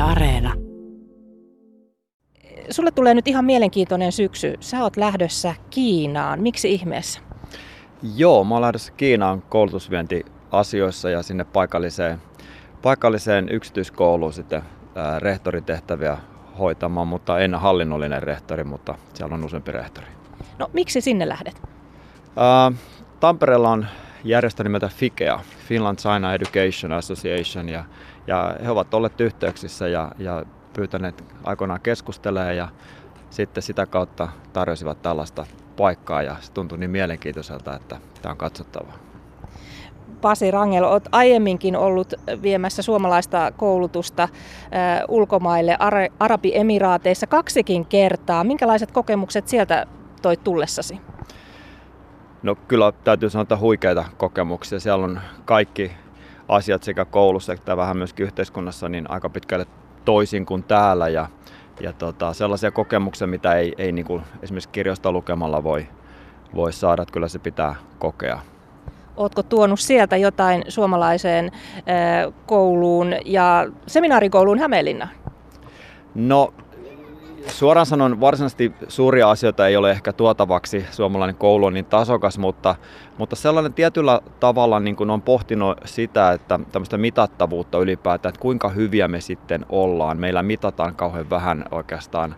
Areena. Sulle tulee nyt ihan mielenkiintoinen syksy. Sä oot lähdössä Kiinaan. Miksi ihmeessä? Joo, mä oon lähdössä Kiinaan koulutusvientiasioissa ja sinne paikalliseen yksityiskouluun sitten rehtoritehtäviä hoitamaan, mutta en hallinnollinen rehtori, mutta siellä on useampi rehtori. No miksi sinne lähdet? Tampereella on järjestö nimeltä FIKEA, Finland China Education Association, ja he ovat olleet yhteyksissä ja pyytäneet aikoinaan keskustelemaan ja sitten sitä kautta tarjosivat tällaista paikkaa ja se tuntui niin mielenkiintoiselta, että tämä on katsottavaa. Pasi Rangel, olet aiemminkin ollut viemässä suomalaista koulutusta ulkomaille Arabiemiraateissa 2 kertaa. Minkälaiset kokemukset sieltä toit tullessasi? No kyllä täytyy sanoa, että huikeita kokemuksia. Siellä on kaikki asiat sekä koulussa että vähän myöskin yhteiskunnassa niin aika pitkälle toisin kuin täällä. Ja sellaisia kokemuksia, mitä ei niin kuin esimerkiksi kirjoista lukemalla voi saada, että kyllä se pitää kokea. Ootko tuonut sieltä jotain suomalaiseen kouluun ja seminaarikouluun Hämeenlinnaan? No suoraan sanon, varsinaisesti suuria asioita ei ole ehkä tuotavaksi. Suomalainen koulu on niin tasokas, mutta sellainen tietyllä tavalla niin kuin on pohtinut sitä, että tämmöistä mitattavuutta ylipäätään, että kuinka hyviä me sitten ollaan. Meillä mitataan kauhean vähän oikeastaan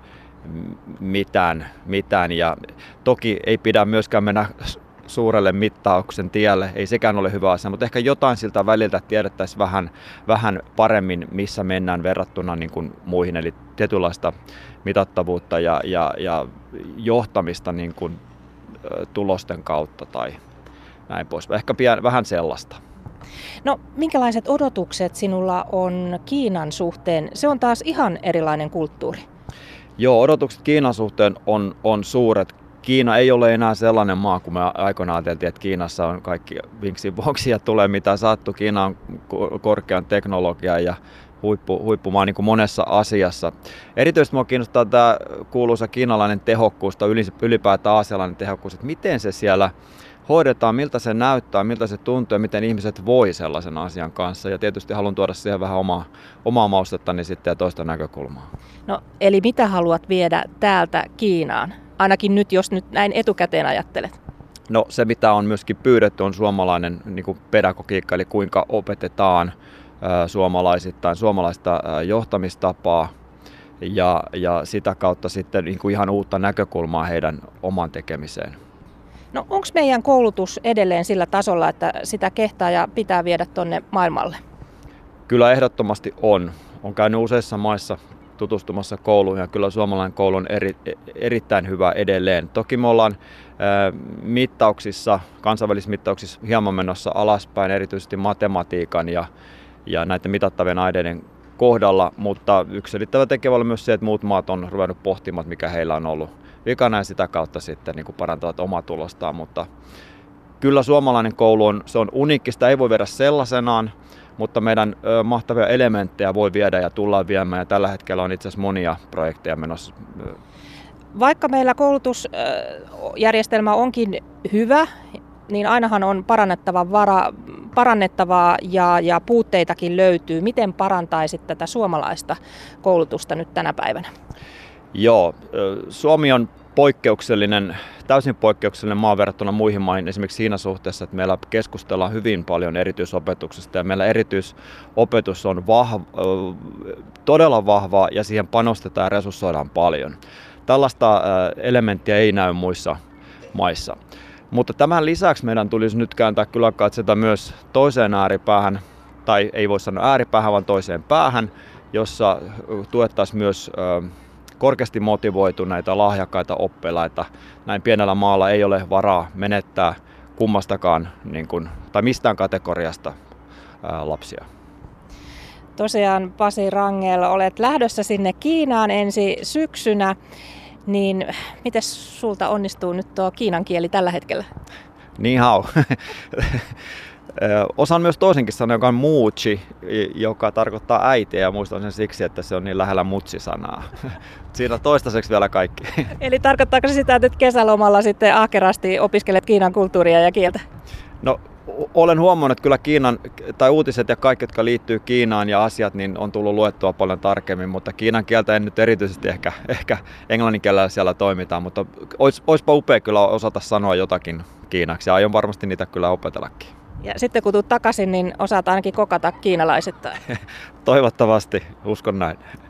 mitään ja toki ei pidä myöskään mennä suurelle mittauksen tielle, ei sekään ole hyvä asia, mutta ehkä jotain siltä väliltä tiedettäisiin vähän paremmin, missä mennään verrattuna niin kuin muihin, eli tietynlaista mitattavuutta ja johtamista niin kuin tulosten kautta tai näin pois. Ehkä vähän sellaista. No minkälaiset odotukset sinulla on Kiinan suhteen? Se on taas ihan erilainen kulttuuri. Joo, odotukset Kiinan suhteen on suuret. Kiina ei ole enää sellainen maa, kun me aikoinaan ajateltiin, että Kiinassa on kaikki vinksi-voksi ja tulee mitä sattuu. Kiina on korkean teknologian ja huippumaa niin kuin monessa asiassa. Erityisesti minua kiinnostaa tämä kuuluisa kiinalainen tehokkuus tai ylipäätään aasialainen tehokkuus, että miten se siellä hoidetaan, miltä se näyttää, miltä se tuntuu ja miten ihmiset voi sellaisen asian kanssa. Ja tietysti haluan tuoda siihen vähän omaa maustettani sitten ja toista näkökulmaa. No eli mitä haluat viedä täältä Kiinaan? Ainakin nyt, jos nyt näin etukäteen ajattelet. No se, mitä on myöskin pyydetty, on suomalainen niin kuin pedagogiikka, eli kuinka opetetaan suomalaista johtamistapaa ja sitä kautta sitten niin kuin ihan uutta näkökulmaa heidän oman tekemiseen. No onko meidän koulutus edelleen sillä tasolla, että sitä kehtaa ja pitää viedä tuonne maailmalle? Kyllä ehdottomasti on käynyt useissa maissa tutustumassa kouluun ja kyllä suomalainen koulu on erittäin hyvä edelleen. Toki me ollaan kansainvälisissä mittauksissa hieman menossa alaspäin, erityisesti matematiikan ja näiden mitattavien aineiden kohdalla, mutta yksiselittävä tekijä voi olla myös se, että muut maat on ruvennut pohtimaan, mikä heillä on ollut vikana ja sitä kautta sitten niin kuin parantavat omaa tulostaan, mutta kyllä suomalainen koulu on uniikki, sitä ei voi viedä sellaisenaan, mutta meidän mahtavia elementtejä voi viedä ja tullaan viemään ja tällä hetkellä on itse asiassa monia projekteja menossa. Vaikka meillä koulutusjärjestelmä onkin hyvä, niin ainahan on parannettavaa ja puutteitakin löytyy. Miten parantaisit tätä suomalaista koulutusta nyt tänä päivänä? Joo, Suomi on täysin poikkeuksellinen maa verrattuna muihin maihin, esimerkiksi siinä suhteessa, että meillä keskustellaan hyvin paljon erityisopetuksesta ja meillä erityisopetus on todella vahvaa ja siihen panostetaan ja resurssoidaan paljon. Tällaista elementtiä ei näy muissa maissa. Mutta tämän lisäksi meidän tulisi nyt kääntää kyllä katsota myös toiseen ääripäähän, tai ei voi sanoa ääripäähän, vaan toiseen päähän, jossa tuettaisiin myös korkeasti motivoituneita, lahjakkaita oppilaita. Näin pienellä maalla ei ole varaa menettää kummastakaan tai mistään kategoriasta lapsia. Tosiaan Pasi Rangel, olet lähdössä sinne Kiinaan ensi syksynä, niin miten sulta onnistuu nyt tuo kiinan kieli tällä hetkellä? Ni hao. Osaan myös toisenkin sanoa, joka on muuchi, joka tarkoittaa äitiä ja muistan sen siksi, että se on niin lähellä mutsi-sanaa. Siinä toistaiseksi vielä kaikki. Eli tarkoittaako se sitä, että kesälomalla sitten ahkerasti opiskelet Kiinan kulttuuria ja kieltä? No olen huomannut, että kyllä Kiinan, tai uutiset ja kaikki, jotka liittyy Kiinaan ja asiat, niin on tullut luettua paljon tarkemmin, mutta Kiinan kieltä en nyt erityisesti ehkä englannin kielellä siellä toimitaan, mutta olisipa upea kyllä osata sanoa jotakin kiinaksi ja aion varmasti niitä kyllä opetellakin. Ja sitten kun tulet takaisin, niin osaat ainakin kokata kiinalaisittain. Toivottavasti, uskon näin.